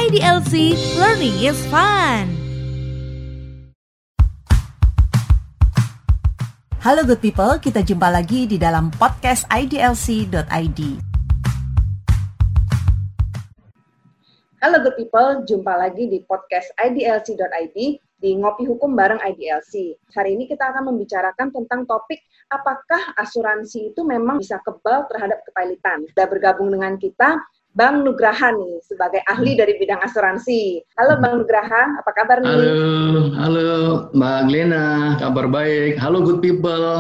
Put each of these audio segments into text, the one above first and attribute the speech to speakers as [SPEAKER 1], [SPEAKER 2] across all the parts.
[SPEAKER 1] IDLC, learning is fun.
[SPEAKER 2] Halo good people, kita jumpa lagi di dalam podcast IDLC.id.
[SPEAKER 3] Halo good people, jumpa lagi di podcast IDLC.id di Ngopi Hukum bareng IDLC. Hari ini kita akan membicarakan tentang topik apakah asuransi itu memang bisa kebal terhadap kepailitan. Sudah bergabung dengan kita Bang Nugraha nih, sebagai ahli dari bidang asuransi. Halo Bang Nugraha, apa kabar nih?
[SPEAKER 4] Halo Mbak Glena, kabar baik. Halo good people.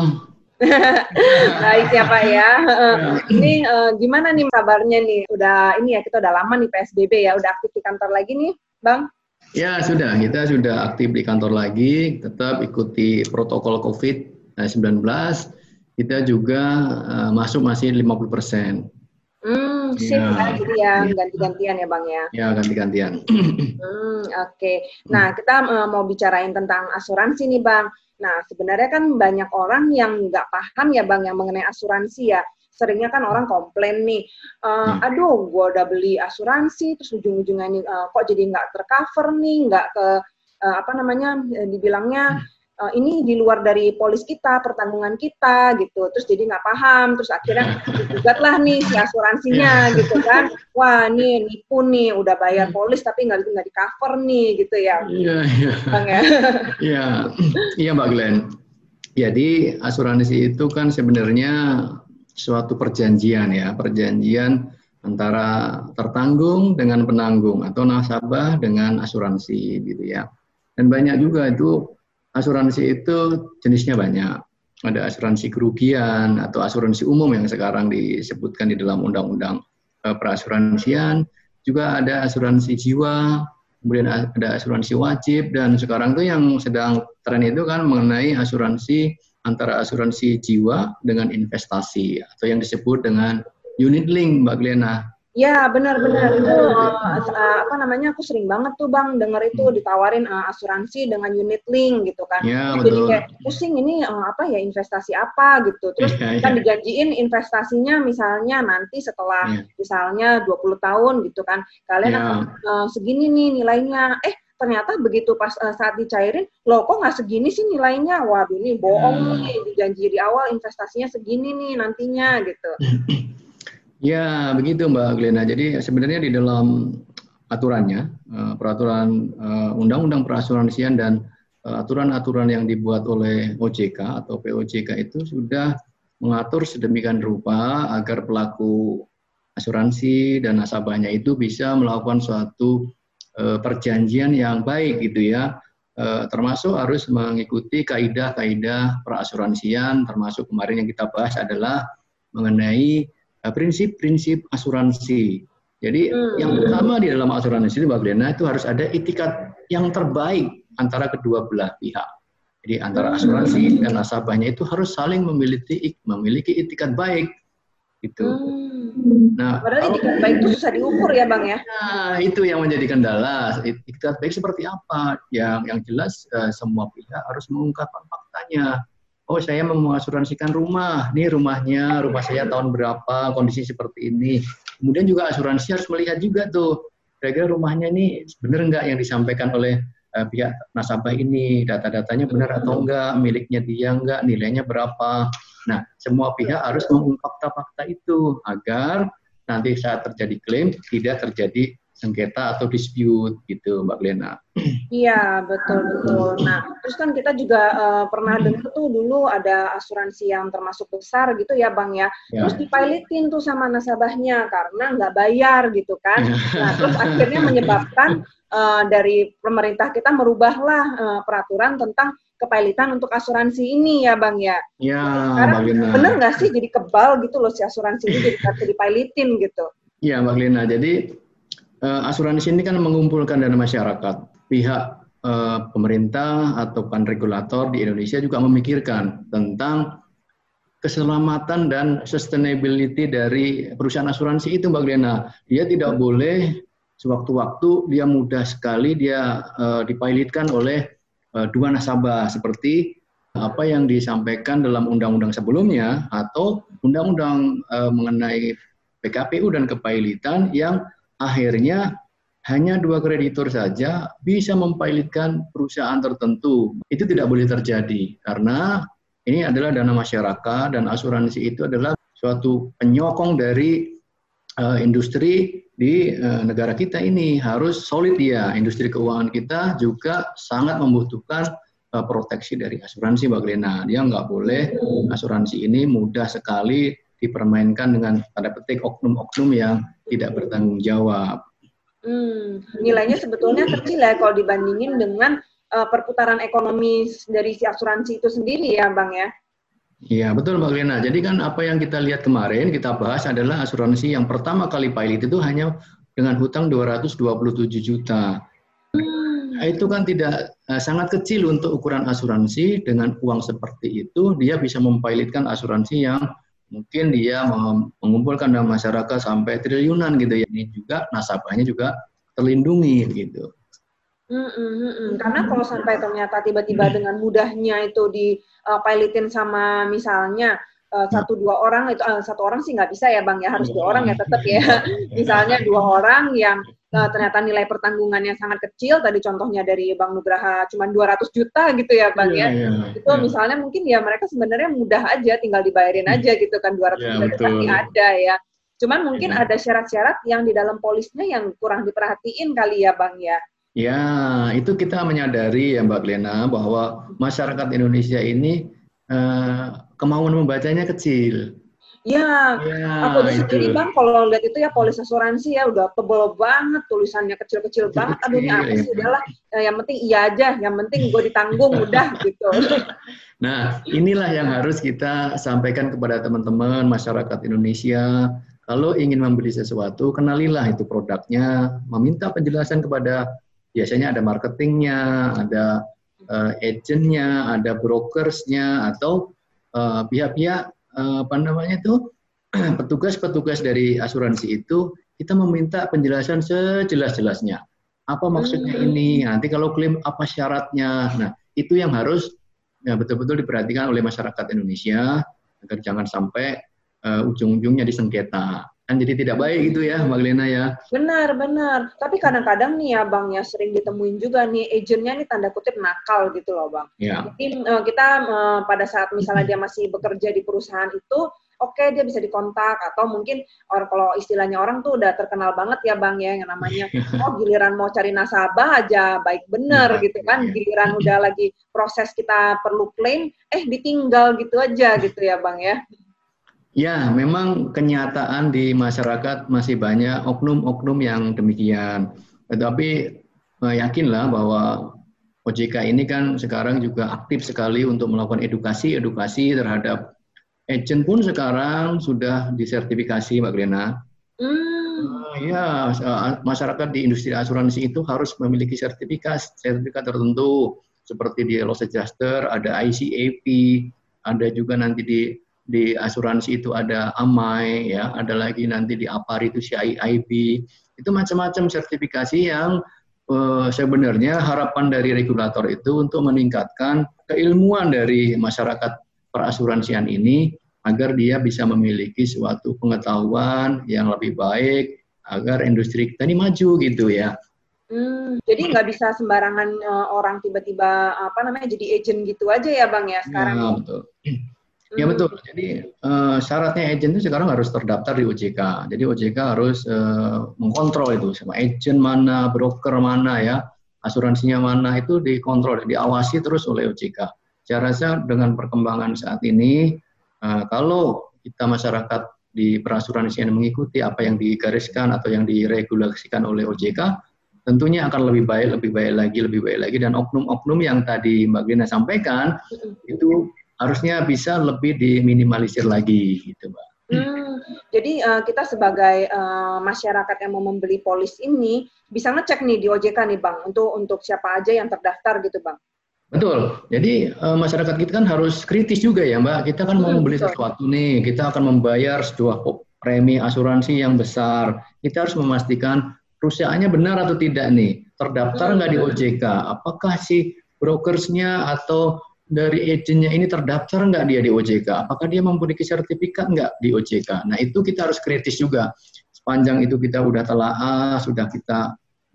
[SPEAKER 3] Baik ya Pak ya. Ini gimana nih kabarnya nih? Kita udah lama nih PSBB ya, udah aktif di kantor lagi nih Bang?
[SPEAKER 4] Ya sudah, kita sudah aktif di kantor lagi, tetap ikuti protokol COVID-19. Kita juga masih 50%.
[SPEAKER 3] Jadi ya ganti-gantian ya Bang ya?
[SPEAKER 4] Ya, ganti-gantian.
[SPEAKER 3] Oke. Nah, kita mau bicarain tentang asuransi nih Bang. Nah, sebenarnya kan banyak orang yang nggak paham ya Bang yang mengenai asuransi ya. Seringnya kan orang komplain nih, aduh gue udah beli asuransi, terus ujung-ujungnya ini kok jadi nggak tercover nih, nggak ke, dibilangnya, ini di luar dari polis kita, pertanggungan kita gitu, terus jadi nggak paham, terus akhirnya digugat lah nih si asuransinya gitu kan, wah nih nipu nih, udah bayar polis tapi nggak di cover nih gitu ya.
[SPEAKER 4] Iya.
[SPEAKER 3] Bang ya.
[SPEAKER 4] Iya Mbak Glenn. Jadi asuransi itu kan sebenarnya suatu perjanjian ya, perjanjian antara tertanggung dengan penanggung atau nasabah dengan asuransi gitu ya. Dan banyak juga itu asuransi itu jenisnya banyak. Ada asuransi kerugian atau asuransi umum yang sekarang disebutkan di dalam undang-undang perasuransian. Juga ada asuransi jiwa, kemudian ada asuransi wajib, dan sekarang tuh yang sedang tren itu kan mengenai asuransi antara asuransi jiwa dengan investasi atau yang disebut dengan unit link, Mbak Glena.
[SPEAKER 3] Ya benar-benar itu aku sering banget tuh Bang dengar itu ditawarin asuransi dengan unit link gitu kan.
[SPEAKER 4] Ya,
[SPEAKER 3] jadi
[SPEAKER 4] betul.
[SPEAKER 3] kayak pusing ini investasi apa gitu. Terus kan dijanjiin investasinya misalnya nanti setelah misalnya 20 tahun gitu kan. Kalian akan segini nih nilainya. Ternyata begitu pas saat dicairin, loh kok nggak segini sih nilainya? Waduh ini bohong nih, dijanji di awal investasinya segini nih nantinya gitu.
[SPEAKER 4] Ya, begitu Mbak Glena. Jadi sebenarnya di dalam aturannya, peraturan undang-undang perasuransian dan aturan-aturan yang dibuat oleh OJK atau POJK itu sudah mengatur sedemikian rupa agar pelaku asuransi dan nasabahnya itu bisa melakukan suatu perjanjian yang baik gitu ya. Termasuk harus mengikuti kaidah-kaidah perasuransian, termasuk kemarin yang kita bahas adalah mengenai prinsip-prinsip asuransi. Jadi yang pertama di dalam asuransi Mbak Glena itu harus ada itikat yang terbaik antara kedua belah pihak. Jadi antara asuransi dan nasabahnya itu harus saling memiliki itikat baik. Gitu. Nah,
[SPEAKER 3] padahal itikat baik itu susah diukur ya Bang ya.
[SPEAKER 4] Nah, itu yang menjadi kendala. Itikat baik seperti apa? Yang jelas semua pihak harus mengungkapkan faktanya. Oh, saya mau mengasuransikan rumah. Nih rumah saya tahun berapa, kondisi seperti ini. Kemudian juga asuransi harus melihat juga tuh, kira-kira rumahnya ini benar nggak yang disampaikan oleh pihak nasabah ini, data-datanya benar atau enggak, miliknya dia enggak, nilainya berapa. Nah, semua pihak harus mengungkap fakta itu agar nanti saat terjadi klaim tidak terjadi sengketa atau dispute gitu Mbak Glena.
[SPEAKER 3] Iya betul. Nah terus kan kita juga pernah dengar tuh dulu ada asuransi yang termasuk besar gitu ya Bang ya. Terus dipilotin tuh sama nasabahnya karena nggak bayar gitu kan. Nah terus akhirnya menyebabkan dari pemerintah kita merubahlah peraturan tentang kepailitan untuk asuransi ini ya Bang ya.
[SPEAKER 4] Iya.
[SPEAKER 3] Sekarang bener nggak sih jadi kebal gitu loh si asuransi ini jadi dipilotin gitu.
[SPEAKER 4] Iya Mbak Glena. Jadi asuransi ini kan mengumpulkan dana masyarakat. Pihak pemerintah atau regulator di Indonesia juga memikirkan tentang keselamatan dan sustainability dari perusahaan asuransi itu Mbak Glena. Dia tidak boleh sewaktu-waktu dia mudah sekali dia dipilotkan oleh dua nasabah seperti apa yang disampaikan dalam undang-undang sebelumnya atau undang-undang mengenai PKPU dan kepailitan yang akhirnya hanya 2 kreditur saja bisa mempilotkan perusahaan tertentu. Itu tidak boleh terjadi karena ini adalah dana masyarakat dan asuransi itu adalah suatu penyokong dari industri di negara kita ini. Harus solid dia. Industri keuangan kita juga sangat membutuhkan proteksi dari asuransi, Mbak Glena. Dia nggak boleh asuransi ini mudah sekali dipermainkan dengan tanda petik oknum-oknum yang tidak bertanggung jawab.
[SPEAKER 3] Nilainya sebetulnya kecil ya kalau dibandingin dengan perputaran ekonomi dari si asuransi itu sendiri ya Bang ya?
[SPEAKER 4] Iya betul Mbak Glena. Jadi kan apa yang kita lihat kemarin, kita bahas adalah asuransi yang pertama kali pilot itu hanya dengan hutang 227 juta. Itu kan tidak sangat kecil untuk ukuran asuransi. Dengan uang seperti itu dia bisa mempilotkan asuransi yang mungkin dia mengumpulkan dana masyarakat sampai triliunan gitu ya. Ini juga nasabahnya juga terlindungi gitu.
[SPEAKER 3] Karena kalau sampai ternyata tiba-tiba dengan mudahnya itu dipilotin sama misalnya satu orang sih nggak bisa ya Bang ya, harus 2 orang ya tetap ya. Misalnya 2 orang yang ternyata nilai pertanggungannya sangat kecil, tadi contohnya dari Bang Nugraha cuma 200 juta gitu ya Bang ya. Itu misalnya mungkin ya mereka sebenarnya mudah aja, tinggal dibayarin aja gitu kan 200 juta pasti ada ya. Cuman mungkin ada syarat-syarat yang di dalam polisnya yang kurang diperhatiin kali ya Bang ya.
[SPEAKER 4] Ya, itu kita menyadari ya Mbak Glena bahwa masyarakat Indonesia ini kemauan membacanya kecil.
[SPEAKER 3] Ya, aku sendiri Bang kalau lihat itu ya polis asuransi ya udah tebal banget, tulisannya kecil-kecil banget. Aduh ini apa sih, udahlah, yang penting iya aja, yang penting gue ditanggung udah gitu.
[SPEAKER 4] Nah, inilah yang harus kita sampaikan kepada teman-teman masyarakat Indonesia. Kalau ingin membeli sesuatu, kenalilah itu produknya, meminta penjelasan kepada biasanya ada marketingnya, ada agentnya, ada brokersnya, atau pihak-pihak petugas-petugas dari asuransi itu, kita meminta penjelasan sejelas-jelasnya. Apa maksudnya ini? Nanti kalau klaim apa syaratnya? Nah, itu yang harus betul-betul diperhatikan oleh masyarakat Indonesia agar jangan sampai ujung-ujungnya disengketa. Kan jadi tidak baik itu ya Mbak Glena ya.
[SPEAKER 3] Benar. Tapi kadang-kadang nih ya Bang ya sering ditemuin juga nih agennya nih tanda kutip nakal gitu loh Bang.
[SPEAKER 4] Ya.
[SPEAKER 3] Jadi kita pada saat misalnya dia masih bekerja di perusahaan itu, oke, dia bisa dikontak atau mungkin kalau istilahnya orang tuh udah terkenal banget ya Bang ya yang namanya giliran mau cari nasabah aja baik bener gitu kan. Giliran udah lagi proses kita perlu klaim, ditinggal gitu aja gitu ya Bang ya.
[SPEAKER 4] Ya, memang kenyataan di masyarakat masih banyak oknum-oknum yang demikian. Tetapi yakinlah bahwa OJK ini kan sekarang juga aktif sekali untuk melakukan edukasi terhadap agent pun sekarang sudah disertifikasi, Mbak Glena. Ya, masyarakat di industri asuransi itu harus memiliki sertifikat tertentu seperti di Loss Adjuster, ada ICAP, ada juga nanti di asuransi itu ada AMAI, ya, ada lagi nanti di APAR itu CIIB, itu macam-macam sertifikasi yang sebenarnya harapan dari regulator itu untuk meningkatkan keilmuan dari masyarakat perasuransian ini agar dia bisa memiliki suatu pengetahuan yang lebih baik agar industri kita ini maju gitu ya.
[SPEAKER 3] Jadi nggak bisa sembarangan orang tiba-tiba jadi agent gitu aja ya Bang ya sekarang.
[SPEAKER 4] Ya, betul. Ya betul. Jadi syaratnya agent itu sekarang harus terdaftar di OJK. Jadi OJK harus mengkontrol itu sama agent mana, broker mana ya, asuransinya mana itu dikontrol, diawasi terus oleh OJK. Saya rasa dengan perkembangan saat ini, kalau kita masyarakat di perasuransian mengikuti apa yang digariskan atau yang diregulasikan oleh OJK, tentunya akan lebih baik lagi, dan oknum-oknum yang tadi Mbak Glena sampaikan itu harusnya bisa lebih diminimalisir lagi, gitu, Mbak.
[SPEAKER 3] Jadi kita sebagai masyarakat yang mau membeli polis ini bisa ngecek nih di OJK nih, Bang, untuk siapa aja yang terdaftar gitu, Bang.
[SPEAKER 4] Betul. Jadi masyarakat kita kan harus kritis juga ya, Mbak. Kita kan mau membeli sesuatu nih, kita akan membayar sebuah premi asuransi yang besar. Kita harus memastikan perusahaannya benar atau tidak nih, terdaftar nggak di OJK? Apakah si brokersnya atau dari agennya ini terdaftar nggak dia di OJK? Apakah dia memiliki sertifikat nggak di OJK? Nah itu kita harus kritis juga. Sepanjang itu kita udah telaah, sudah kita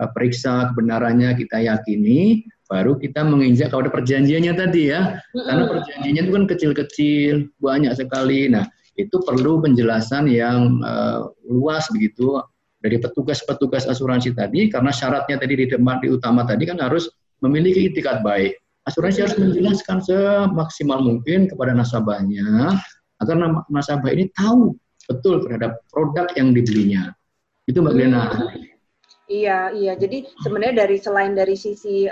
[SPEAKER 4] periksa kebenarannya, kita yakini, baru kita menginjak kepada perjanjiannya tadi ya. Karena perjanjiannya itu kan kecil-kecil, banyak sekali. Nah, itu perlu penjelasan yang luas begitu dari petugas-petugas asuransi tadi, karena syaratnya tadi di utama tadi kan harus memiliki itikat baik. Asuransi harus menjelaskan semaksimal mungkin kepada nasabahnya agar nasabah ini tahu betul terhadap produk yang dibelinya. Itu Mbak Glena.
[SPEAKER 3] Iya. Jadi sebenarnya selain dari sisi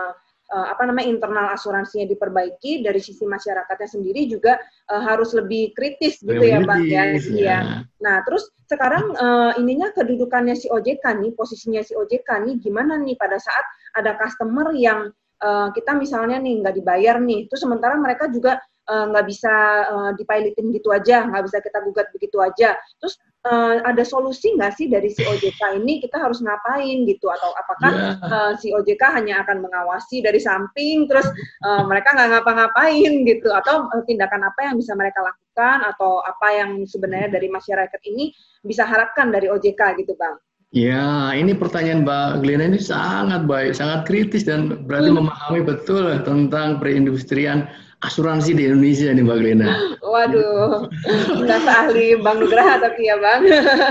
[SPEAKER 3] internal asuransinya diperbaiki, dari sisi masyarakatnya sendiri juga harus lebih kritis gitu ya Bang ya. Iya. Nah, terus sekarang kedudukannya si OJK nih, posisinya si OJK nih gimana nih pada saat ada customer yang kita misalnya nih nggak dibayar nih, terus sementara mereka juga nggak bisa dipilotin gitu aja, nggak bisa kita gugat begitu aja. Terus ada solusi nggak sih dari si OJK ini, kita harus ngapain gitu, atau apakah si OJK hanya akan mengawasi dari samping, terus mereka nggak ngapa-ngapain gitu, atau tindakan apa yang bisa mereka lakukan, atau apa yang sebenarnya dari masyarakat ini bisa harapkan dari OJK gitu Bang?
[SPEAKER 4] Ya, ini pertanyaan Mbak Glena ini sangat baik, sangat kritis dan berarti memahami betul tentang perindustrian asuransi di Indonesia nih Mbak Glena.
[SPEAKER 3] Waduh, nggak seahli Bang Nugraha tapi ya Bang.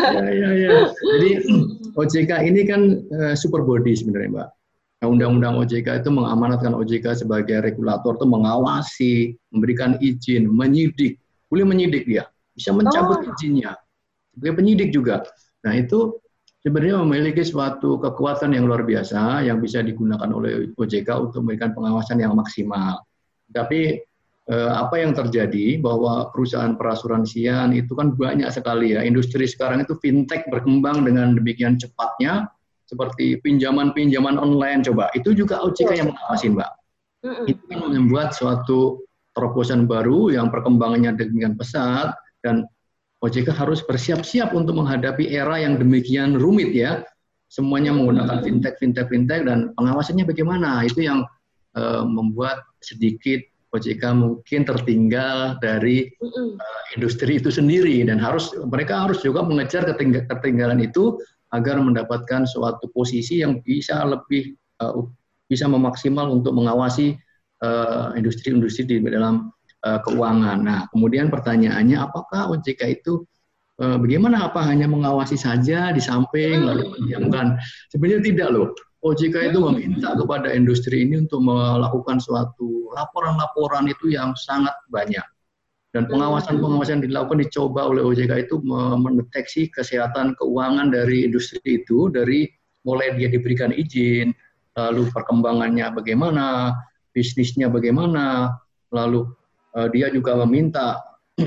[SPEAKER 4] Ya. Jadi OJK ini kan super body sebenarnya Mbak. Nah, Undang-Undang OJK itu mengamanatkan OJK sebagai regulator itu mengawasi, memberikan izin, menyidik, boleh menyidik dia, bisa mencabut izinnya, sebagai penyidik juga. Nah itu sebenarnya memiliki suatu kekuatan yang luar biasa yang bisa digunakan oleh OJK untuk memberikan pengawasan yang maksimal. Tapi apa yang terjadi bahwa perusahaan perasuransian itu kan banyak sekali ya. Industri sekarang itu fintech berkembang dengan demikian cepatnya, seperti pinjaman-pinjaman online. Coba itu juga OJK yang mengawasi Mbak. Itu kan membuat suatu terobosan baru yang perkembangannya demikian pesat, dan OJK harus bersiap-siap untuk menghadapi era yang demikian rumit ya. Semuanya menggunakan fintech dan pengawasannya bagaimana. Itu yang membuat sedikit OJK mungkin tertinggal dari industri itu sendiri, dan mereka harus juga mengejar ketertinggalan itu agar mendapatkan suatu posisi yang bisa lebih bisa memaksimal untuk mengawasi industri-industri di dalam keuangan. Nah, kemudian pertanyaannya, apakah OJK itu bagaimana? Apa hanya mengawasi saja di samping lalu mendiamkan? Sebenarnya tidak loh. OJK itu meminta kepada industri ini untuk melakukan suatu laporan-laporan itu yang sangat banyak. Dan pengawasan-pengawasan dilakukan dicoba oleh OJK itu mendeteksi kesehatan keuangan dari industri itu, dari mulai dia diberikan izin, lalu perkembangannya bagaimana, bisnisnya bagaimana, lalu dia juga meminta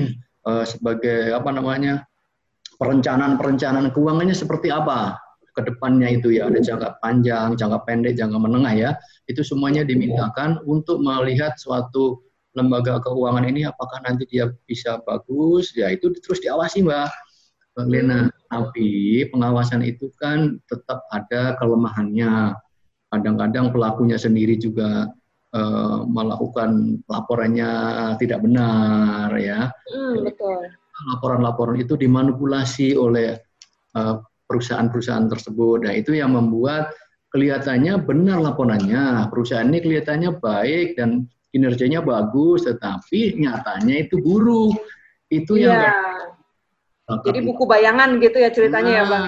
[SPEAKER 4] sebagai perencanaan keuangannya seperti apa ke depannya itu ya, ada jangka panjang, jangka pendek, jangka menengah ya. Itu semuanya dimintakan untuk melihat suatu lembaga keuangan ini apakah nanti dia bisa bagus, ya itu terus diawasi Mbak Glena. Tapi pengawasan itu kan tetap ada kelemahannya. Kadang-kadang pelakunya sendiri juga melakukan laporannya tidak benar ya.
[SPEAKER 3] Betul.
[SPEAKER 4] Laporan-laporan itu dimanipulasi oleh perusahaan-perusahaan tersebut. Nah, itu yang membuat kelihatannya benar laporannya. Perusahaan ini kelihatannya baik dan kinerjanya bagus, tetapi nyatanya itu buruk. Itu yang
[SPEAKER 3] jadi buku bayangan gitu ya ceritanya ya Bang.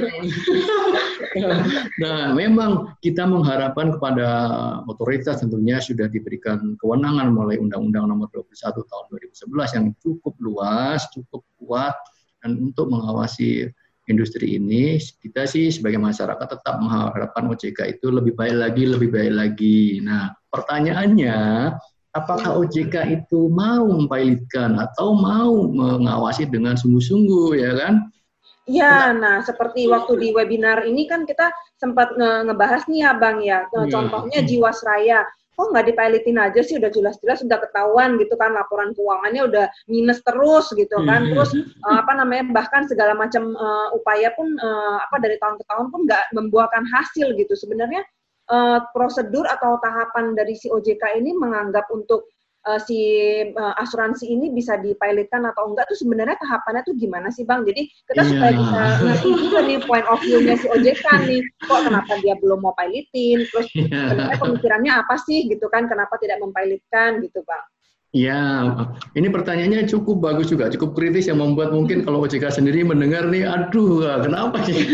[SPEAKER 4] Nah, memang kita mengharapkan kepada otoritas tentunya sudah diberikan kewenangan melalui Undang-Undang Nomor 21 Tahun 2011 yang cukup luas, cukup kuat, dan untuk mengawasi industri ini, kita sih sebagai masyarakat tetap mengharapkan OJK itu lebih baik lagi. Nah, pertanyaannya, apakah OJK itu mau mempilotkan atau mau mengawasi dengan sungguh-sungguh, ya kan?
[SPEAKER 3] Ya, nah seperti waktu di webinar ini kan kita sempat ngebahas nih ya Bang ya, contohnya Jiwasraya. Kok nggak dipilotin aja sih, udah jelas-jelas udah ketahuan gitu kan, laporan keuangannya udah minus terus gitu kan, terus bahkan segala macam upaya pun dari tahun ke tahun pun nggak membuahkan hasil gitu. Sebenarnya prosedur atau tahapan dari si OJK ini menganggap untuk si asuransi ini bisa dipilotkan atau enggak tuh sebenarnya tahapannya tuh gimana sih Bang? Jadi kita supaya bisa ngerti juga nih point of view-nya si OJK nih, kok kenapa dia belum mau pilotin, terus sebenarnya pemikirannya apa sih gitu kan, kenapa tidak mempilotkan gitu Bang?
[SPEAKER 4] Ya, ini pertanyaannya cukup bagus juga, cukup kritis yang membuat mungkin kalau OJK sendiri mendengar nih, aduh, kenapa sih?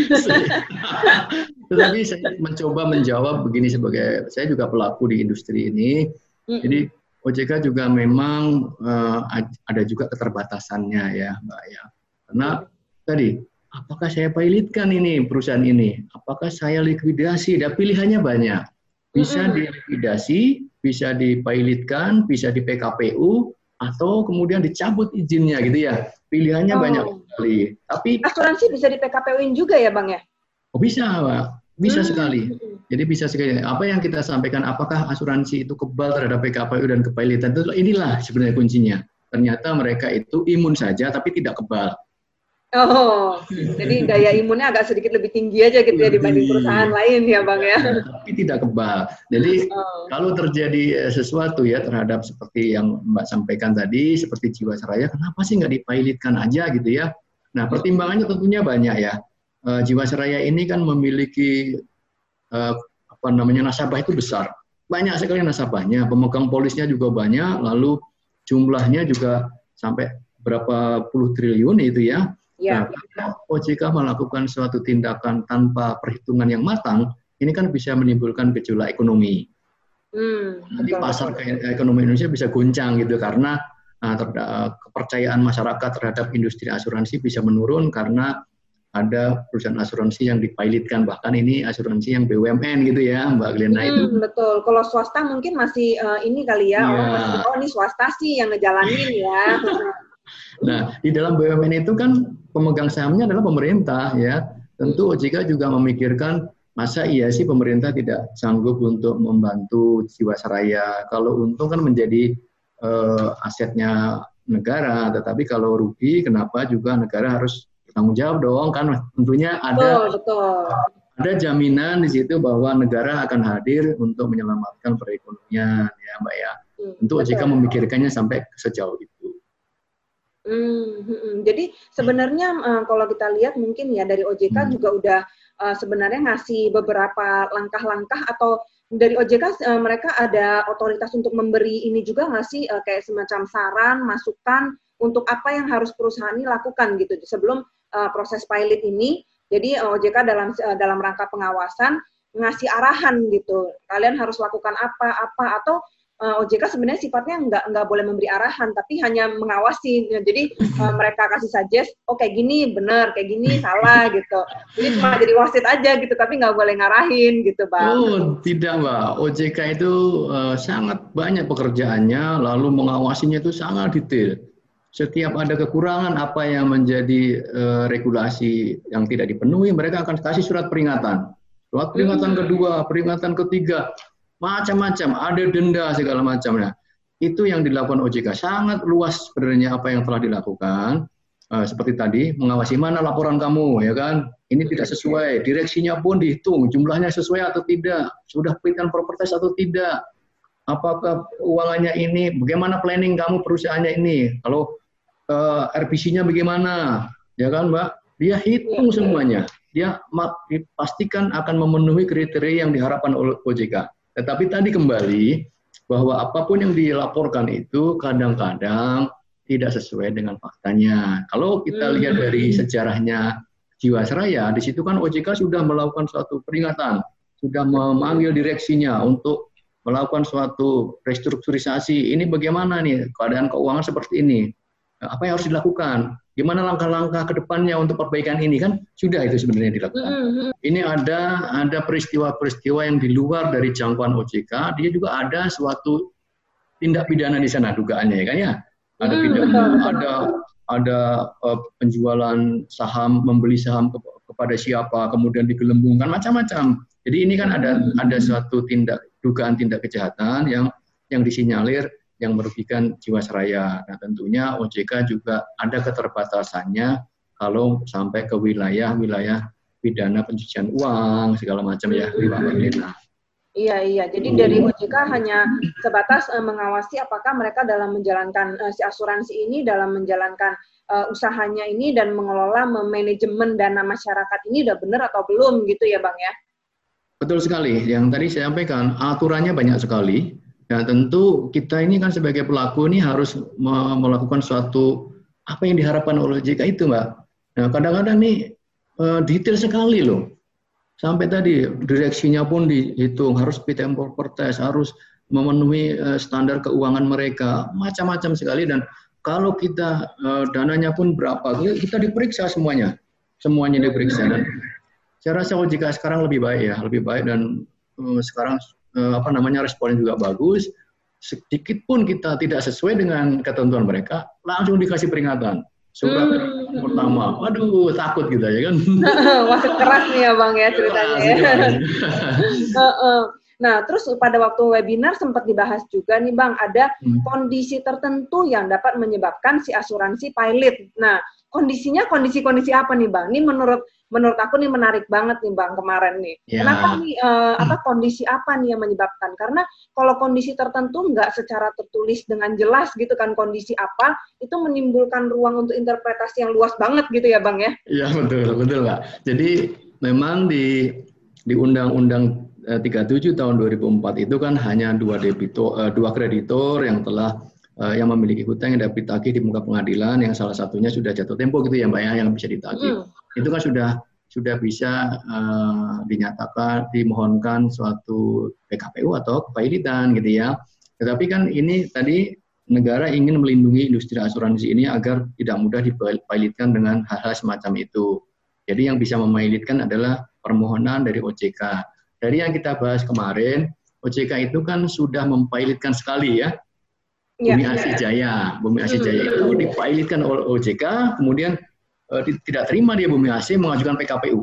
[SPEAKER 4] Tetapi saya mencoba menjawab begini sebagai, saya juga pelaku di industri ini, jadi OJK juga memang ada juga keterbatasannya ya, Mbak ya. Karena tadi, apakah saya pilotkan ini perusahaan ini? Apakah saya likuidasi? Dan pilihannya banyak. Bisa dilikuidasi, bisa dipilotkan, bisa di PKPU, atau kemudian dicabut izinnya gitu ya. Pilihannya banyak sekali. Tapi
[SPEAKER 3] asuransi bisa di PKPU-in juga ya Bang ya?
[SPEAKER 4] Oh bisa Pak, bisa sekali. Jadi bisa sekali. Apa yang kita sampaikan, apakah asuransi itu kebal terhadap PKPU dan kepilotan, inilah sebenarnya kuncinya. Ternyata mereka itu imun saja tapi tidak kebal.
[SPEAKER 3] Oh, jadi daya imunnya agak sedikit lebih tinggi aja gitu ya dibanding perusahaan lain ya Bang ya.
[SPEAKER 4] Tapi tidak kebal. Jadi kalau terjadi sesuatu ya terhadap seperti yang Mbak sampaikan tadi, seperti Jiwasraya, kenapa sih nggak dipilotkan aja gitu ya? Nah pertimbangannya tentunya banyak ya. Jiwasraya ini kan memiliki nasabah itu besar. Banyak sekali nasabahnya, pemegang polisnya juga banyak, lalu jumlahnya juga sampai berapa puluh triliun itu ya. Nah, kalau OJK melakukan suatu tindakan tanpa perhitungan yang matang, ini kan bisa menimbulkan gejolak ekonomi. Nanti pasar ekonomi Indonesia bisa goncang gitu karena kepercayaan masyarakat terhadap industri asuransi bisa menurun karena ada perusahaan asuransi yang dipilotkan, bahkan ini asuransi yang BUMN gitu ya, Mbak Glena itu.
[SPEAKER 3] Betul. Kalau swasta mungkin masih ini kali ya, orang masih ini swasta sih yang ngejalanin ya.
[SPEAKER 4] Nah, di dalam BUMN itu kan pemegang sahamnya adalah pemerintah ya. Tentu OJK juga memikirkan masa iya sih pemerintah tidak sanggup untuk membantu Jiwasraya. Kalau untung kan menjadi asetnya negara, tetapi kalau rugi kenapa juga negara harus bertanggung jawab dong, kan tentunya ada jaminan di situ bahwa negara akan hadir untuk menyelamatkan perekonomian ya Mbak ya. Tentu OJK memikirkannya sampai sejauh itu.
[SPEAKER 3] Jadi sebenarnya kalau kita lihat mungkin ya dari OJK juga udah sebenarnya ngasih beberapa langkah-langkah, atau dari OJK mereka ada otoritas untuk memberi ini juga nggak sih kayak semacam saran, masukan untuk apa yang harus perusahaan ini lakukan gitu sebelum proses pilot ini. Jadi OJK dalam rangka pengawasan ngasih arahan gitu, kalian harus lakukan apa atau OJK sebenarnya sifatnya nggak boleh memberi arahan, tapi hanya mengawasi. Jadi mereka kasih suggest, oh kayak gini benar, kayak gini salah gitu. Jadi cuma jadi wasit aja gitu, tapi nggak boleh ngarahin gitu, Bang.
[SPEAKER 4] Oh tidak Mbak, OJK itu sangat banyak pekerjaannya, lalu mengawasinya itu sangat detail. Setiap ada kekurangan apa yang menjadi regulasi yang tidak dipenuhi, mereka akan kasih surat peringatan. Surat peringatan kedua, peringatan ketiga, macam-macam, ada denda segala macamnya. Itu yang dilakukan OJK, sangat luas sebenarnya apa yang telah dilakukan. Seperti tadi, mengawasi mana laporan kamu, ya kan? Ini tidak sesuai, direksinya pun dihitung, jumlahnya sesuai atau tidak, sudah fit and proper test atau tidak, apakah keuangannya ini, bagaimana planning kamu perusahaannya ini, kalau RPC-nya bagaimana, ya kan Mbak? Dia hitung semuanya, dia dipastikan akan memenuhi kriteria yang diharapkan oleh OJK. Tetapi tadi kembali bahwa apapun yang dilaporkan itu kadang-kadang tidak sesuai dengan faktanya. Kalau kita lihat dari sejarahnya Jiwasraya, di situ kan OJK sudah melakukan suatu peringatan, sudah memanggil direksinya untuk melakukan suatu restrukturisasi. Ini bagaimana nih keadaan keuangan seperti ini? Apa yang harus dilakukan? Gimana langkah-langkah ke depannya untuk perbaikan ini, kan sudah itu sebenarnya dilakukan. Ini ada peristiwa-peristiwa yang di luar dari jangkauan OJK, dia juga ada suatu tindak pidana di sana dugaannya, ya kan ya? Ada pidana, ada penjualan saham, membeli saham kepada siapa, kemudian digelembungkan macam-macam. Jadi ini kan ada suatu dugaan tindak kejahatan yang disinyalir yang merugikan Jiwasraya. Nah tentunya OJK juga ada keterbatasannya kalau sampai ke wilayah pidana pencucian uang segala macam ya, Mbak Marlina.
[SPEAKER 3] Iya. Jadi dari OJK hanya sebatas mengawasi apakah mereka dalam menjalankan si asuransi ini, dalam menjalankan usahanya ini dan mengelola manajemen dana masyarakat ini udah benar atau belum gitu ya Bang ya?
[SPEAKER 4] Betul sekali. Yang tadi saya sampaikan, aturannya banyak sekali. Ya tentu kita ini kan sebagai pelaku ini harus melakukan suatu apa yang diharapkan oleh OJK itu, Mbak. Nah, kadang-kadang nih detail sekali loh. Sampai tadi direksinya pun dihitung, harus fit and proper test, harus memenuhi standar keuangan mereka, macam-macam sekali. Dan kalau kita dananya pun berapa, kita diperiksa semuanya diperiksa. Dan saya rasa OJK sekarang lebih baik dan sekarang responnya juga bagus. Sedikit pun kita tidak sesuai dengan ketentuan mereka, langsung dikasih peringatan. Surat pertama, waduh takut kita ya kan.
[SPEAKER 3] Masih keras nih ya Bang ya ceritanya ya. Nah terus pada waktu webinar sempat dibahas juga nih Bang, ada kondisi tertentu yang dapat menyebabkan si asuransi pilot. Nah kondisinya kondisi apa nih Bang? Ini menurut aku nih menarik banget nih Bang kemarin nih. Ya. Kenapa nih kondisi apa nih yang menyebabkan? Karena kalau kondisi tertentu nggak secara tertulis dengan jelas gitu kan kondisi apa, itu menimbulkan ruang untuk interpretasi yang luas banget gitu ya Bang ya? Iya
[SPEAKER 4] betul Mbak. Jadi memang di Undang-Undang 37 tahun 2004 itu kan hanya dua kreditor yang telah yang memiliki hutang yang dapat ditagih di muka pengadilan, yang salah satunya sudah jatuh tempo gitu ya Mbak ya, yang bisa ditagih. Itu kan sudah bisa dinyatakan, dimohonkan suatu PKPU atau kepailitan gitu ya. Tetapi kan ini tadi negara ingin melindungi industri asuransi ini agar tidak mudah dipailitkan dengan hal-hal semacam itu. Jadi yang bisa memailitkan adalah permohonan dari OJK. Dari yang kita bahas kemarin, OJK itu kan sudah mempailitkan sekali ya. Bumi Asih Jaya itu dipailitkan oleh OJK, kemudian tidak terima dia Bumi Asih mengajukan PKPU.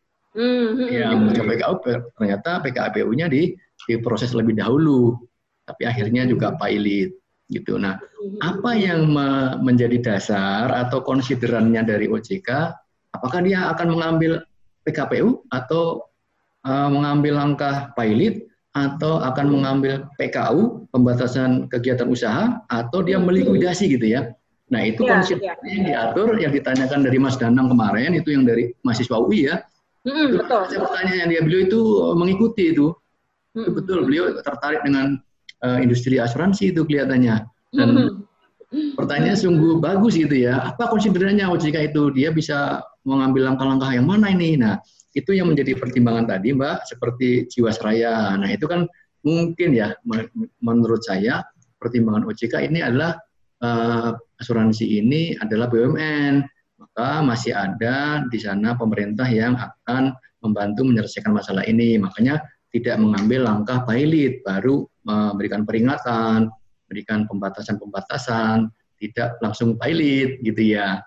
[SPEAKER 4] Ya, mengajukan PKPU, ternyata PKPU-nya diproses lebih dahulu, tapi akhirnya juga pailit gitu. Nah, apa yang menjadi dasar atau konsiderannya dari OJK? Apakah dia akan mengambil PKPU atau mengambil langkah pailit, atau akan mengambil PKU, pembatasan kegiatan usaha, atau dia melikuidasi gitu ya. Nah itu konsiderasi yang diatur, yang ditanyakan dari Mas Danang kemarin, itu yang dari mahasiswa UI ya. Itu pertanyaan yang dia beliau itu mengikuti itu. Itu betul, beliau tertarik dengan industri asuransi itu kelihatannya. Dan pertanyaannya sungguh bagus gitu ya. Apa konsiderannya OJK itu? Dia bisa mengambil langkah-langkah yang mana ini? Nah, itu yang menjadi pertimbangan tadi Mbak, seperti Jiwasraya. Nah itu kan mungkin ya menurut saya pertimbangan OJK ini adalah asuransi ini adalah BUMN, maka masih ada di sana pemerintah yang akan membantu menyelesaikan masalah ini. Makanya tidak mengambil langkah pailit, baru memberikan peringatan, memberikan pembatasan-pembatasan, tidak langsung pilot gitu ya.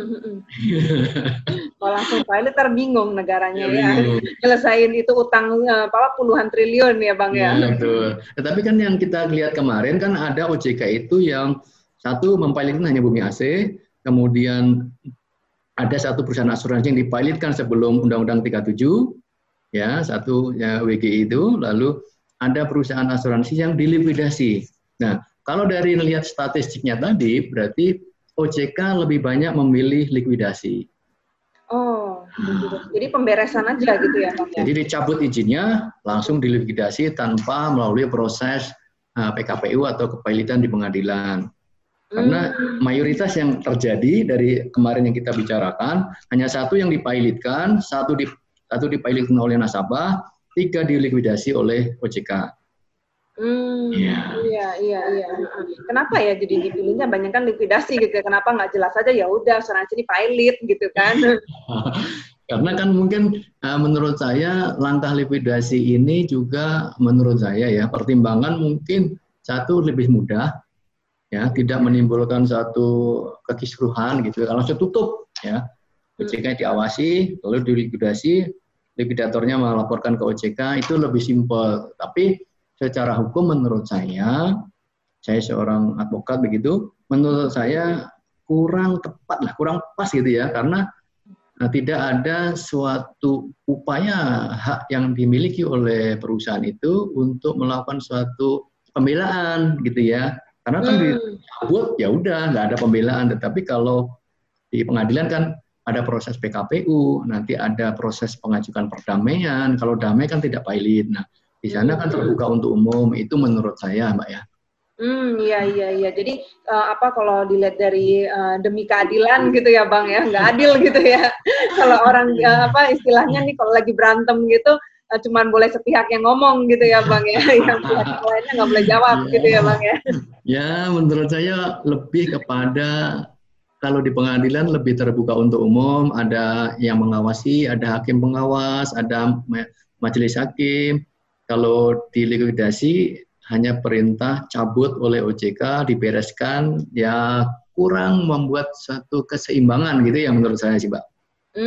[SPEAKER 3] Kalau langsung pilot terbingung negaranya ya. Nyelesain itu utang puluhan triliun ya Bang ya.
[SPEAKER 4] Betul. Tetapi kan yang kita lihat kemarin kan ada OJK itu yang satu mempilotkan hanya Bumi Asih, kemudian ada satu perusahaan asuransi yang dipilotkan sebelum Undang-Undang 37, ya satu ya, WGI itu, lalu ada perusahaan asuransi yang dilikuidasi. Nah, kalau dari lihat statistiknya tadi, berarti OJK lebih banyak memilih likuidasi.
[SPEAKER 3] Oh, jadi pemberesan aja gitu ya Pak?
[SPEAKER 4] Jadi dicabut izinnya, langsung dilikuidasi tanpa melalui proses PKPU atau kepailitan di pengadilan. Karena mayoritas yang terjadi dari kemarin yang kita bicarakan, hanya satu yang dipailitkan, satu dipailitkan oleh nasabah, 3 dilikuidasi oleh OJK.
[SPEAKER 3] Iya. Kenapa ya jadi dipilihnya banyak kan likuidasi gitu? Kenapa nggak jelas aja ya udah asuransi ini pilot gitu kan?
[SPEAKER 4] Karena kan mungkin menurut saya langkah likuidasi ini juga menurut saya ya pertimbangan mungkin satu lebih mudah, ya tidak menimbulkan satu kekisruhan gitu. Kalau langsung tutup ya, OJK diawasi lalu dilikuidasi, likuidatornya melaporkan ke OJK itu lebih simpel. Tapi secara hukum menurut saya seorang advokat begitu, menurut saya kurang tepat lah, kurang pas gitu ya, karena tidak ada suatu upaya hak yang dimiliki oleh perusahaan itu untuk melakukan suatu pembelaan gitu ya. Karena kan dicabut ya udah nggak ada pembelaan. Tetapi kalau di pengadilan kan ada proses PKPU, nanti ada proses pengajukan perdamaian. Kalau damai kan tidak pilot. Nah, di sana kan terbuka untuk umum. Itu menurut saya, Mbak ya.
[SPEAKER 3] Iya. Jadi kalau dilihat dari demi keadilan gitu ya Bang ya, nggak adil gitu ya. Kalau orang istilahnya nih kalau lagi berantem gitu, cuman boleh sepihak yang ngomong gitu ya Bang ya, yang pihak yang lainnya nggak boleh jawab gitu ya Bang ya.
[SPEAKER 4] Ya, menurut saya lebih kepada kalau di pengadilan lebih terbuka untuk umum, ada yang mengawasi, ada hakim pengawas, ada majelis hakim. Kalau di likuidasi hanya perintah cabut oleh OJK, dibereskan, ya kurang membuat satu keseimbangan gitu ya menurut saya sih, Mbak.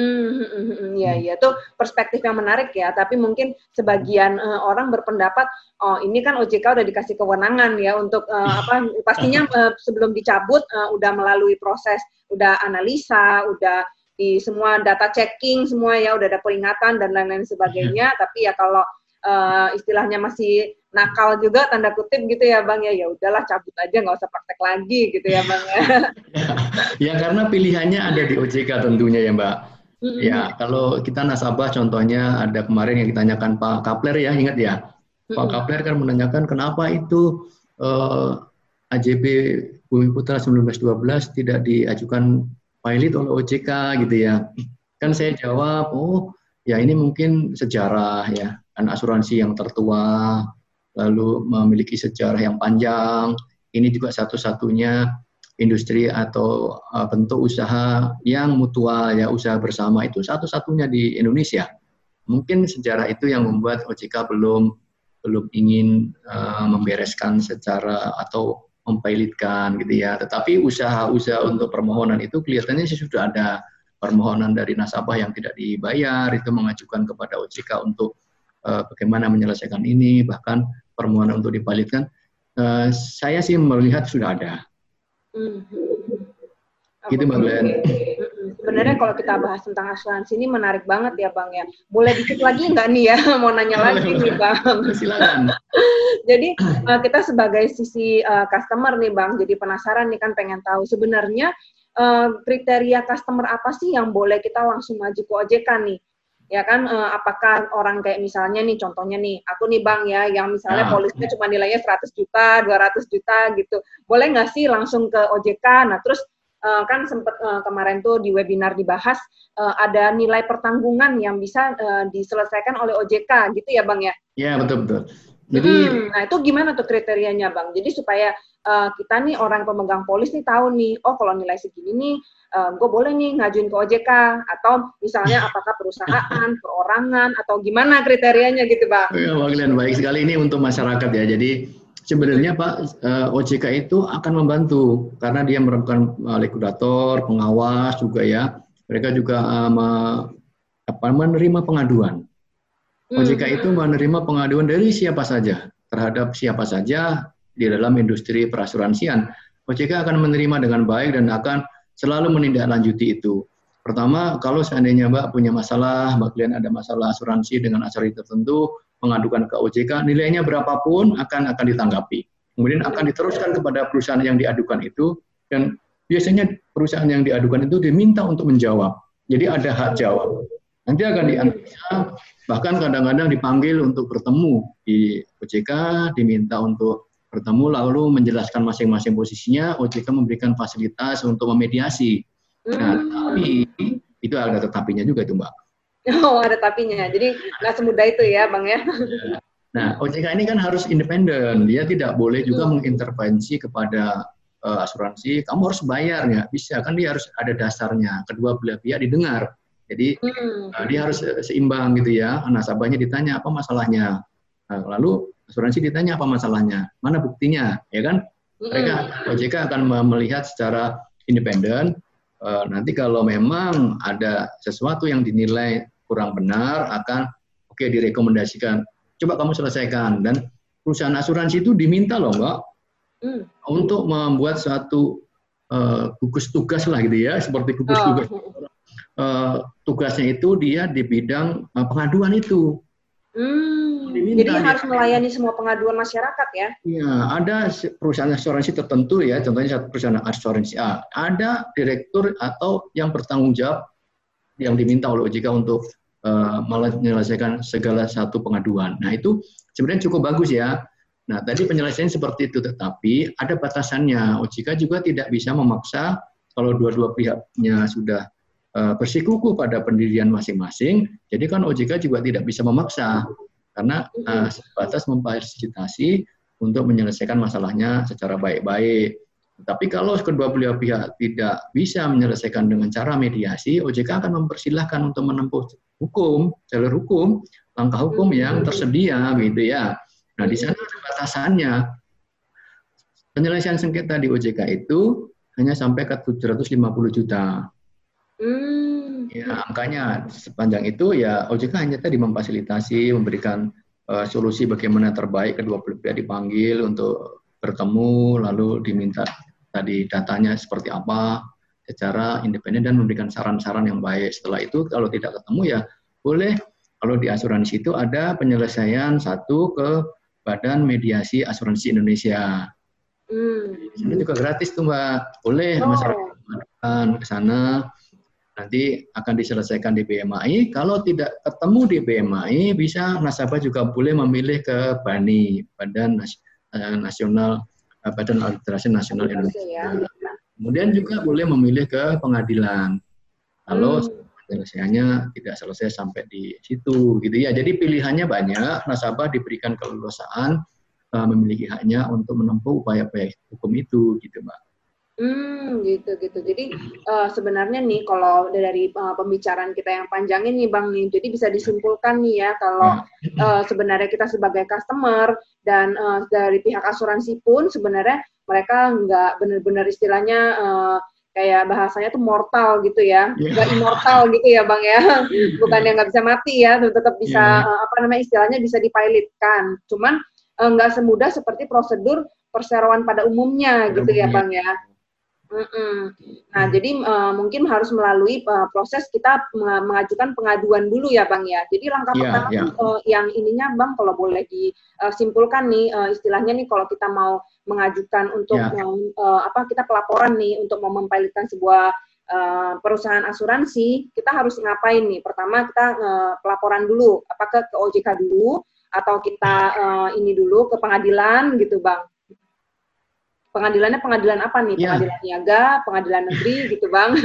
[SPEAKER 3] Iya, itu perspektif yang menarik ya. Tapi mungkin sebagian orang berpendapat, oh ini kan OJK udah dikasih kewenangan ya untuk pastinya sebelum dicabut udah melalui proses, udah analisa, udah di semua data checking semua ya, udah ada peringatan dan lain-lain sebagainya. Tapi ya kalau istilahnya masih nakal juga tanda kutip gitu ya Bang ya, ya udahlah cabut aja nggak usah praktek lagi gitu ya Bang ya.
[SPEAKER 4] Ya karena pilihannya ada di OJK tentunya ya Mbak. Ya kalau kita nasabah contohnya ada kemarin yang ditanyakan Pak Kapler ya, ingat ya. Pak Kapler kan menanyakan kenapa itu AJB Bumi Putra 1912 tidak diajukan pilot oleh OJK gitu ya. Kan saya jawab, oh ya ini mungkin sejarah ya, kan asuransi yang tertua, lalu memiliki sejarah yang panjang. Ini juga satu-satunya industri atau bentuk usaha yang mutual ya, usaha bersama itu satu-satunya di Indonesia. Mungkin sejarah itu yang membuat OJK belum ingin membereskan secara atau mempilotkan gitu ya. Tetapi usaha-usaha untuk permohonan itu kelihatannya sih sudah ada permohonan dari nasabah yang tidak dibayar, itu mengajukan kepada OJK untuk bagaimana menyelesaikan ini, bahkan permohonan untuk dipilotkan. Saya sih melihat sudah ada. Gitu Mbak Glenn.
[SPEAKER 3] Sebenarnya kalau kita bahas tentang asuransi ini menarik banget ya Bang ya. Boleh dikit lagi nggak nih ya? Mau nanya lagi nih Bang.
[SPEAKER 4] Silakan.
[SPEAKER 3] Jadi kita sebagai sisi customer nih Bang, jadi penasaran nih kan pengen tahu sebenarnya kriteria customer apa sih yang boleh kita langsung maju ke OJK nih? Ya kan, apakah orang kayak misalnya nih, contohnya nih, aku nih Bang ya, yang misalnya polisnya cuma nilainya 100 juta, 200 juta gitu. Boleh nggak sih langsung ke OJK? Nah terus kan sempat kemarin tuh di webinar dibahas, ada nilai pertanggungan yang bisa diselesaikan oleh OJK gitu ya Bang ya?
[SPEAKER 4] Iya, betul-betul. Jadi,
[SPEAKER 3] nah itu gimana tuh kriterianya Bang? Jadi supaya kita nih orang pemegang polis nih tahu nih, oh kalau nilai segini nih, gue boleh nih ngajuin ke OJK, atau misalnya apakah perusahaan, perorangan, atau gimana kriterianya gitu Bang?
[SPEAKER 4] Ya, Pak Glenn, baik sekali ini untuk masyarakat ya. Jadi sebenarnya Pak, OJK itu akan membantu karena dia merupakan likuidator, pengawas juga ya. Mereka juga menerima pengaduan. OJK itu menerima pengaduan dari siapa saja, terhadap siapa saja di dalam industri perasuransian. OJK akan menerima dengan baik dan akan selalu menindaklanjuti itu. Pertama, kalau seandainya Mbak punya masalah, Mbak Glenn ada masalah asuransi dengan asuransi tertentu, mengadukan ke OJK, nilainya berapapun akan ditanggapi. Kemudian akan diteruskan kepada perusahaan yang diadukan itu, dan biasanya perusahaan yang diadukan itu diminta untuk menjawab. Jadi ada hak jawab. Nanti akan dianalisa, bahkan kadang-kadang dipanggil untuk bertemu di OJK, diminta untuk bertemu lalu menjelaskan masing-masing posisinya, OJK memberikan fasilitas untuk memediasi. Nah, tapi itu ada tetapinya juga itu Mbak.
[SPEAKER 3] Oh, ada tapinya. Jadi nggak semudah itu ya Bang ya.
[SPEAKER 4] Nah, OJK ini kan harus independen. Dia tidak boleh juga mengintervensi kepada asuransi. Kamu harus bayar, nggak bisa. Kan dia harus ada dasarnya. Kedua belah pihak didengar. Jadi dia harus seimbang gitu ya. Nasabahnya ditanya apa masalahnya. Nah, lalu asuransi ditanya apa masalahnya. Mana buktinya, ya kan? Mereka OJK akan melihat secara independen. Nanti kalau memang ada sesuatu yang dinilai kurang benar, akan direkomendasikan. Coba kamu selesaikan. Dan perusahaan asuransi itu diminta loh Mbak, untuk membuat suatu gugus tugas lah gitu ya, seperti gugus tugas tugasnya itu dia di bidang pengaduan itu.
[SPEAKER 3] Jadi harus melayani semua pengaduan masyarakat ya?
[SPEAKER 4] Iya, ada perusahaan asuransi tertentu ya, contohnya satu perusahaan asuransi A, ada direktur atau yang bertanggung jawab yang diminta oleh OJK untuk menyelesaikan segala satu pengaduan. Nah itu sebenarnya cukup bagus ya. Nah tadi penyelesaian seperti itu, tetapi ada batasannya. OJK juga tidak bisa memaksa kalau dua-dua pihaknya sudah bersikukuh pada pendirian masing-masing. Jadi kan OJK juga tidak bisa memaksa. Karena sebatas memfasilitasi untuk menyelesaikan masalahnya secara baik-baik. Tapi kalau kedua belah pihak tidak bisa menyelesaikan dengan cara mediasi, OJK akan mempersilahkan untuk menempuh hukum, jalur hukum, langkah hukum yang tersedia, gitu ya. Nah, di sana ada batasannya. Penyelesaian sengketa di OJK itu hanya sampai ke 750 juta. Ya, angkanya sepanjang itu ya OJK hanya tadi memfasilitasi, memberikan solusi bagaimana terbaik, kedua belah pihak dipanggil untuk bertemu, lalu diminta tadi datanya seperti apa secara independen dan memberikan saran-saran yang baik. Setelah itu kalau tidak ketemu ya boleh, kalau di asuransi itu ada penyelesaian satu ke Badan Mediasi Asuransi Indonesia. Ini juga gratis tuh Mbak, boleh masyarakat ke sana. Nanti akan diselesaikan di BMAI. Kalau tidak ketemu di BMAI, bisa nasabah juga boleh memilih ke BANI, Badan Arbitrase Nasional Indonesia. Kemudian juga boleh memilih ke pengadilan. Kalau penyelesaiannya tidak selesai sampai di situ, gitu ya. Jadi pilihannya banyak. Nasabah diberikan keleluasaan memiliki haknya untuk menempuh upaya-upaya hukum itu, gitu Mbak.
[SPEAKER 3] Gitu. Jadi sebenarnya nih kalau dari pembicaraan kita yang panjang ini Bang nih, jadi bisa disimpulkan nih ya kalau sebenarnya kita sebagai customer dan dari pihak asuransi pun sebenarnya mereka nggak benar-benar istilahnya kayak bahasanya tuh mortal gitu ya, nggak immortal gitu ya Bang ya, bukan yang nggak bisa mati ya, tetap bisa istilahnya bisa dipilotkan, cuman nggak semudah seperti prosedur perseroan pada umumnya gitu ya Bang ya. Nah, jadi mungkin harus melalui proses kita mengajukan pengaduan dulu ya Bang ya. Jadi langkah pertama yang ininya Bang kalau boleh disimpulkan nih istilahnya nih kalau kita mau mengajukan untuk kita pelaporan nih untuk mau mempilotkan sebuah perusahaan asuransi, kita harus ngapain nih? Pertama kita pelaporan dulu, apakah ke OJK dulu atau kita ini dulu ke pengadilan gitu Bang. Pengadilannya pengadilan apa nih? Pengadilan niaga, pengadilan negeri gitu Bang.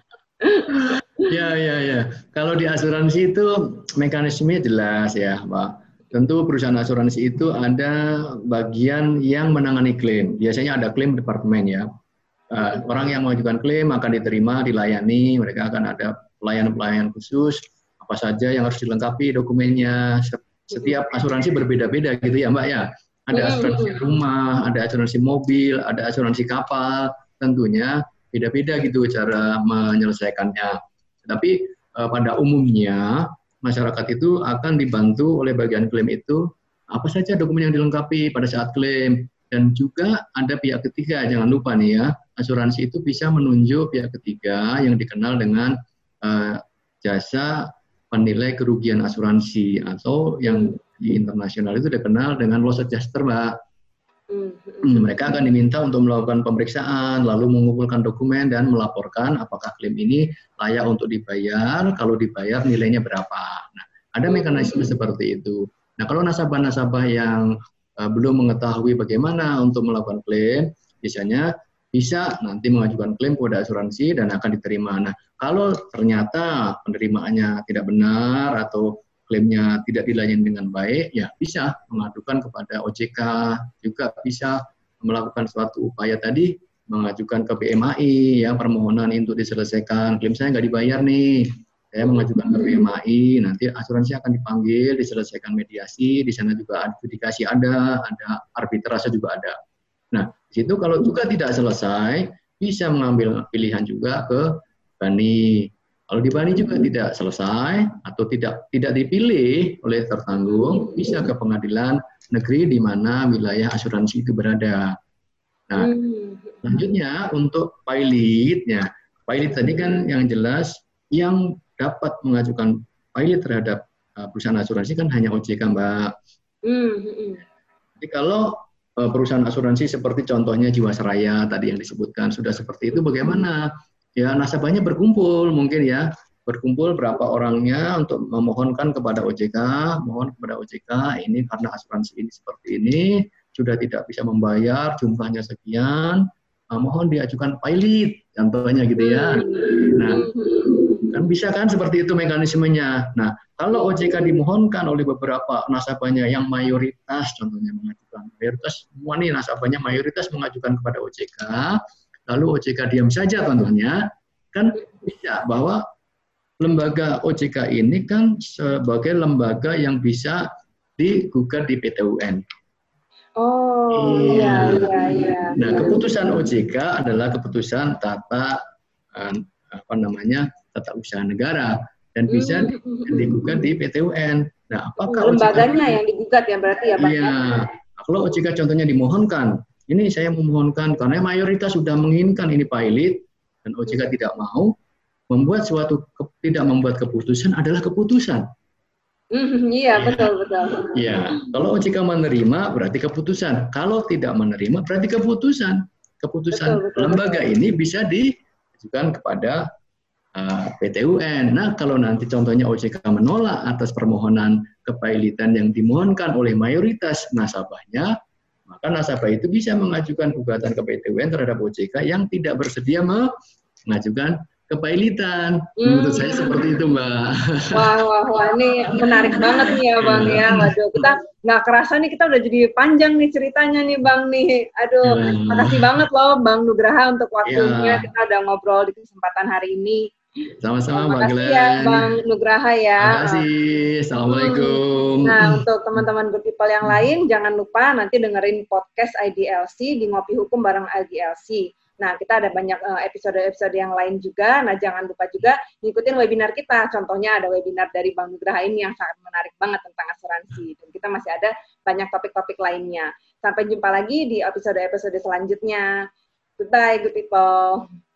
[SPEAKER 4] Ya. Kalau di asuransi itu mekanismenya jelas ya Pak. Tentu perusahaan asuransi itu ada bagian yang menangani klaim. Biasanya ada klaim departemen ya. Orang yang mengajukan klaim akan diterima, dilayani. Mereka akan ada pelayanan-pelayanan khusus. Apa saja yang harus dilengkapi dokumennya. Setiap asuransi berbeda-beda gitu ya Mbak ya. Ada asuransi rumah, ada asuransi mobil, ada asuransi kapal, tentunya beda-beda gitu cara menyelesaikannya. Tapi pada umumnya masyarakat itu akan dibantu oleh bagian klaim itu apa saja dokumen yang dilengkapi pada saat klaim, dan juga ada pihak ketiga. Jangan lupa nih ya, asuransi itu bisa menunjuk pihak ketiga yang dikenal dengan jasa penilai kerugian asuransi atau yang di internasional itu dikenal dengan loss adjuster, Mbak. Mereka akan diminta untuk melakukan pemeriksaan, lalu mengumpulkan dokumen dan melaporkan apakah klaim ini layak untuk dibayar, kalau dibayar nilainya berapa. Nah, ada mekanisme seperti itu. Nah, kalau nasabah-nasabah yang belum mengetahui bagaimana untuk melakukan klaim, biasanya bisa nanti mengajukan klaim kepada asuransi dan akan diterima. Nah, kalau ternyata penerimaannya tidak benar atau klaimnya tidak dilayani dengan baik, ya bisa mengadukan kepada OJK, juga bisa melakukan suatu upaya tadi, mengajukan ke BMAI, ya permohonan untuk diselesaikan, klaim saya nggak dibayar nih, saya mengajukan ke BMAI, nanti asuransi akan dipanggil, diselesaikan mediasi, di sana juga adjudikasi ada arbitrase juga ada. Nah, di situ kalau juga tidak selesai, bisa mengambil pilihan juga ke BANI. Kalau di BANI juga tidak selesai atau tidak dipilih oleh tertanggung, bisa ke pengadilan negeri di mana wilayah asuransi itu berada. Nah, selanjutnya untuk pilotnya, pilot tadi kan yang jelas yang dapat mengajukan pilot terhadap perusahaan asuransi kan hanya OJK, Mbak. Jadi kalau perusahaan asuransi seperti contohnya Jiwasraya tadi yang disebutkan sudah seperti itu, bagaimana? Ya nasabahnya berkumpul mungkin ya, berkumpul berapa orangnya untuk memohonkan kepada OJK, mohon kepada OJK ini karena asuransi ini seperti ini sudah tidak bisa membayar jumlahnya sekian, mohon diajukan pilot contohnya gitu ya. Nah, kan bisa kan seperti itu mekanismenya. Nah, kalau OJK dimohonkan oleh beberapa nasabahnya yang mayoritas contohnya mengajukan, mayoritas semua nih nasabahnya mayoritas mengajukan kepada OJK, lalu OJK diam saja contohnya, kan bisa bahwa lembaga OJK ini kan sebagai lembaga yang bisa digugat di PT UN.
[SPEAKER 3] Oh iya.
[SPEAKER 4] Nah, keputusan OJK adalah keputusan tata usaha negara dan bisa digugat di PT UN. Nah, apakah
[SPEAKER 3] lembaganya yang digugat ya berarti ya Pak?
[SPEAKER 4] Iya. Kalau OJK contohnya dimohonkan, ini saya memohonkan karena mayoritas sudah menginginkan ini pilot dan OJK tidak mau, tidak membuat keputusan adalah keputusan.
[SPEAKER 3] Iya, betul.
[SPEAKER 4] Iya, kalau OJK menerima berarti keputusan. Kalau tidak menerima berarti keputusan. Keputusan lembaga ini bisa diajukan kepada PT UN. Nah, kalau nanti contohnya OJK menolak atas permohonan kepailitan yang dimohonkan oleh mayoritas nasabahnya, maka nasabah itu bisa mengajukan gugatan ke PT UN terhadap OJK yang tidak bersedia mengajukan kepailitan. Menurut saya seperti itu, Mbak.
[SPEAKER 3] Wah, ini menarik banget nih ya, Bang ya. Waduh, kita nggak kerasa nih kita udah jadi panjang nih ceritanya nih, Bang nih. Aduh, makasih banget loh Bang Nugraha untuk waktunya. Kita udah ngobrol di kesempatan hari ini.
[SPEAKER 4] Sama-sama, Mbak Glenn.
[SPEAKER 3] Makasih ya, Bang Nugraha ya.
[SPEAKER 4] Terima kasih. Assalamualaikum.
[SPEAKER 3] Nah, untuk teman-teman Good People yang lain, jangan lupa nanti dengerin podcast IDLC di Ngopi Hukum bareng IDLC. Nah, kita ada banyak episode-episode yang lain juga. Nah, jangan lupa juga ngikutin webinar kita. Contohnya ada webinar dari Bang Nugraha ini yang sangat menarik banget tentang asuransi. Dan kita masih ada banyak topik-topik lainnya. Sampai jumpa lagi di episode-episode selanjutnya. Goodbye, Good People.